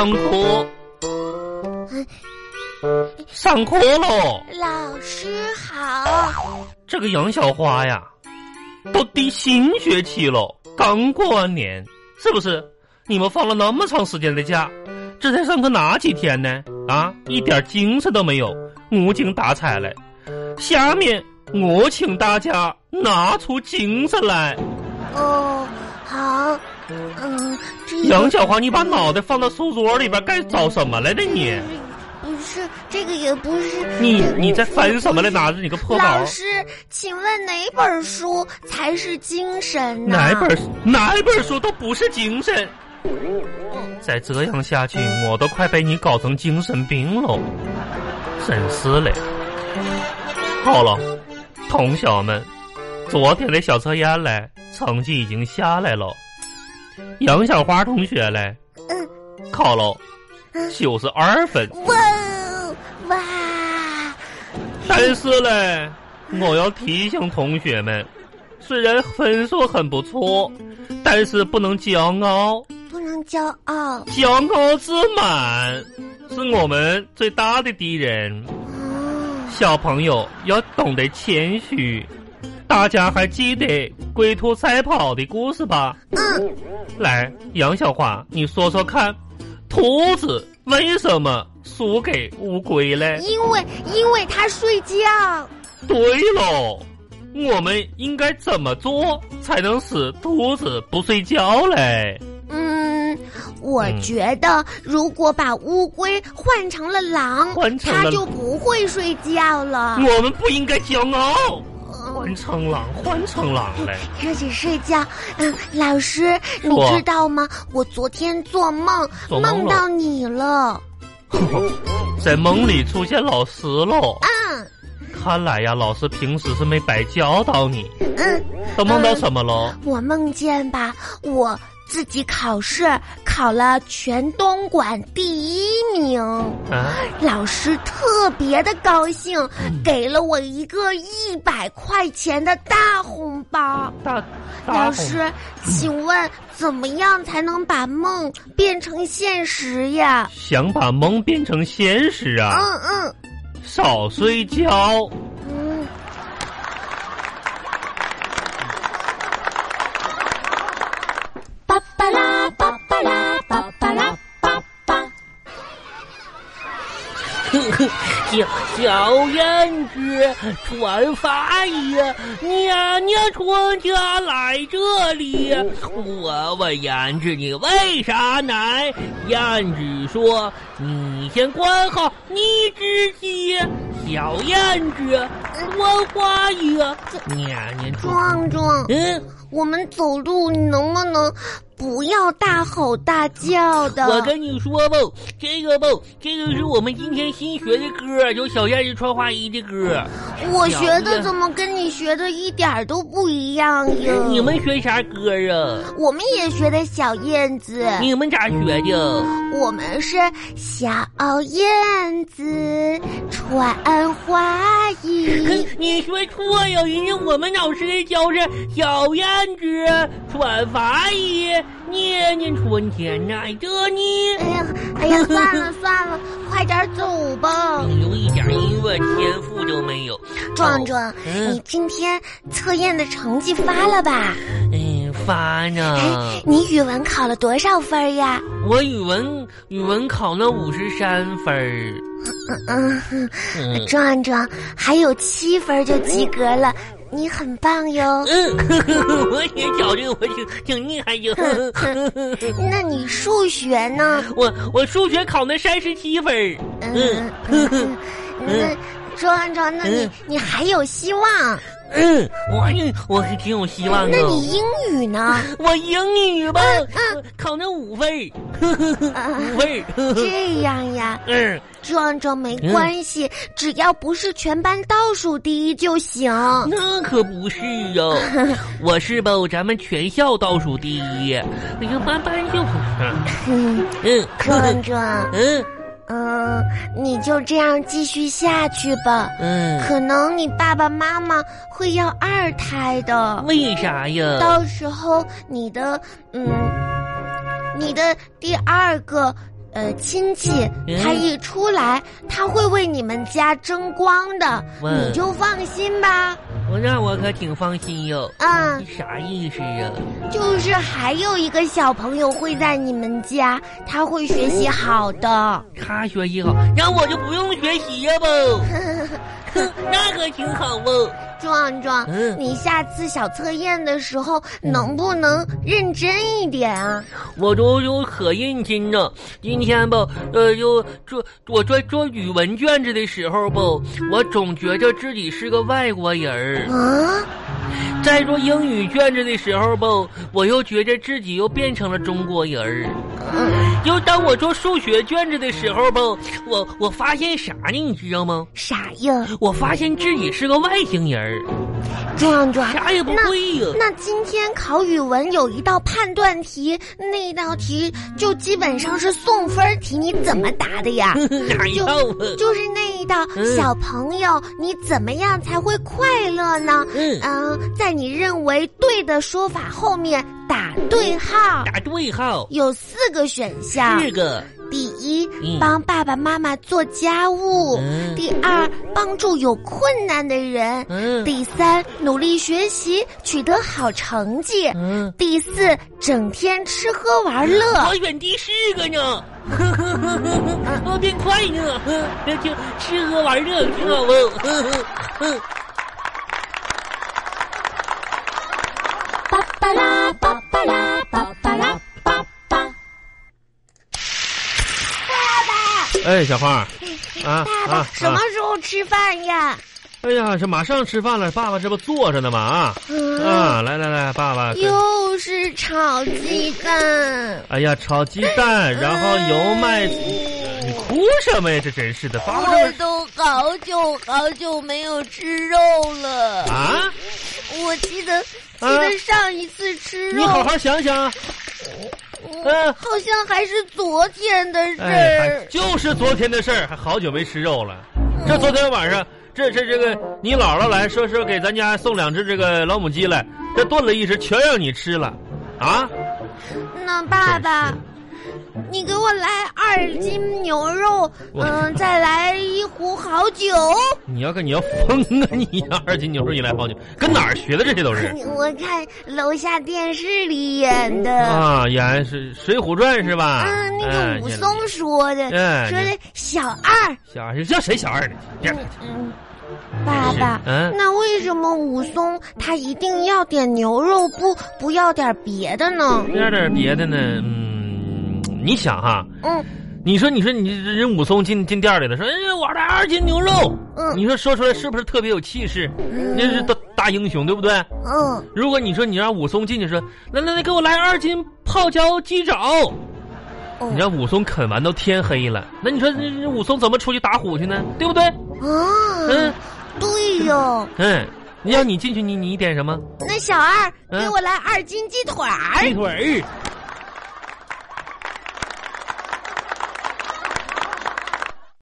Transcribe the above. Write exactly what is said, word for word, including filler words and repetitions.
上课，上课喽！ 老师好。 这个杨小花呀，都第新学期了，刚过完年，是不是？你们放了那么长时间的假，这才上课哪几天呢？啊，一点精神都没有，无精打采嘞。下面我请大家拿出精神来。 哦，好。嗯，这个杨小花，你把脑袋放到书桌里边该找什么来的你？ 不是，这个也不是。 你你在翻什么来？拿着你个破包。 老师，请问哪本书才是精神呢？ 哪本哪本书都不是精神。再这样下去，我都快被你搞成精神病了，真是嘞。好了，同学们，昨天的小测验嘞，成绩已经下来了。杨小花同学嘞， 嗯， 考了九十二分。 哇哇！ 但是嘞，我要提醒同学们，虽然分数很不错，但是不能骄傲。 不能骄傲， 骄傲自满是我们最大的敌人。 哦， 小朋友要懂得谦虚。大家还记得龟兔赛跑的故事吧？ 嗯， 来，杨小花，你说说看，兔子为什么输给乌龟嘞？ 因为因为他睡觉。 对喽，我们应该怎么做才能使兔子不睡觉嘞？ 嗯，我觉得如果把乌龟换成了狼， 换成了它就不会睡觉了。 我们不应该骄傲。换成狼，换成狼嘞！ 说起睡觉，嗯，老师，你知道吗？我昨天做梦， 做梦梦到你了。 在梦里出现老师喽。 嗯， 看来呀，老师平时是没白教导你。 嗯， 都梦到什么了？ 我梦见吧，我自己考试考了全东莞第一名，啊，老师特别的高兴，嗯，给了我一个一百块钱的大红包。 大，大老师，请问怎么样才能把梦变成现实呀？ 想把梦变成现实啊？ 嗯嗯， 少睡觉。 嗯。巴巴拉巴巴拉巴巴拉巴巴。 小小燕子传法语，娘娘出家来这里。我问燕子你为啥来？燕子说你先管好你自己。小燕子传法语，娘娘出。 壮壮， 嗯， 我们走路你能不能不要大吼大叫的？ 我跟你说吧，这个吧，这个是我们今天新学的歌，就小燕子穿花衣的歌。 我学的怎么跟你学的一点都不一样呀？ 你们学啥歌啊？ 我们也学的小燕子。 你们咋学的？ 我们是小燕子穿花衣。 你说错呀，人家我们老师教是小燕子穿法衣，年年春天来着你。 哎呀，哎呀，算了算了，快点走吧。 你有一点音乐天赋都没有。 壮壮， 哦嗯、 你今天测验的成绩发了吧？ 嗯，发呢。 哎，你语文考了多少分呀？ 我语文语文考了五十三分。 嗯嗯嗯，壮壮还有七分就及格了。你很棒哟！ 嗯，呵呵，我也觉得我挺挺厉害哟。 那你数学呢？ 我我数学考了三十七分。 嗯嗯嗯，那壮壮，那你、嗯、你还有希望。 嗯，我我还挺有希望的。 那你英语呢？ 我英语吧， 嗯， 考了五分，五分。 这样呀？ 嗯。 壮壮没关系、嗯，只要不是全班倒数第一就行。 那可不是哟、啊，我是吧？咱们全校倒数第一。哎呀，班班就不是。 嗯嗯，壮壮， 嗯嗯，你就这样继续下去吧。 嗯， 可能你爸爸妈妈会要二胎的。 为啥呀？ 到时候你的嗯，你的第二个。 呃亲戚，他一出来，他会为你们家争光的，你就放心吧。 我让我可挺放心哟。 嗯， 你啥意思啊？ 就是还有一个小朋友会在你们家，他会学习好的。 他学习好，那我就不用学习呀不？那可挺好不？ 壮壮， 嗯， 你下次小测验的时候能不能认真一点啊？ 我都有可认真呢。今天吧，呃，就做我在做语文卷子的时候吧，我总觉得自己是个外国人啊。 在做英语卷子的时候吧，我又觉得自己又变成了中国人。嗯，就当我做数学卷子的时候吧，我我发现啥呢？你知道吗？ 啥呀？ 我发现自己是个外星人。 壮壮， 啥也不会呀。 那今天考语文有一道判断题，那道题就基本上是送分题，你怎么答的呀？ 哪一道啊？ 就是那一道，嗯、小朋友，你怎么样才会快乐呢？嗯、呃，在你认为对的说法后面打对号。 打对号。 有四个选项。 四个。 第一，帮爸爸妈妈做家务；嗯、第二，帮助有困难的人；嗯、第三，努力学习，取得好成绩；嗯、第四，整天吃喝玩乐。 我选第四个呢，我变快呢，就吃喝玩乐挺好不？ 巴巴拉巴巴拉巴巴拉。 哎，小花，啊爸爸、啊，什么时候吃饭呀？ 哎呀，这马上吃饭了，爸爸这不坐着呢吗？啊，嗯、啊，来来来，爸爸又是炒鸡蛋。 哎呀，炒鸡蛋，然后油麦，嗯、你哭什么呀？这真是的，爸爸我都好久好久没有吃肉了啊！ 我记得记得上一次吃肉， 你好好想想。 嗯，好像还是昨天的事儿、 哎，就是昨天的事儿，还好久没吃肉了。嗯、这昨天晚上，这这这个你姥姥来说说给咱家送两只这个老母鸡来，这炖了一只，全让你吃了，啊？ 那爸爸，你给我来二斤牛肉，嗯、呃，再来一壶好酒。 你要跟你要疯啊！你二斤牛肉一来好酒，跟哪儿学的？这些都是我看楼下电视里演的啊，演是《水浒传》是吧？ 嗯，那个武松说的， 哎、 说的小二， 小二叫谁小二呢？ 嗯嗯，爸爸，嗯，那为什么武松他一定要点牛肉，不不要点别的呢？ 要点别的呢？嗯，你想哈，嗯。你说，你说，你人武松进进店里了，说：“哎，我来二斤牛肉。”嗯，你说说出来是不是特别有气势？嗯，那是大大英雄，对不对？嗯。如果你说你让武松进去说：“来来来，给我来二斤泡椒鸡爪。”哦，你让武松啃完都天黑了，那你说这武松怎么出去打虎去呢？对不对？ 啊，嗯，对哟。 嗯，你让你进去，你你点什么？ 那小二、嗯、给我来二斤鸡腿儿。 鸡腿儿。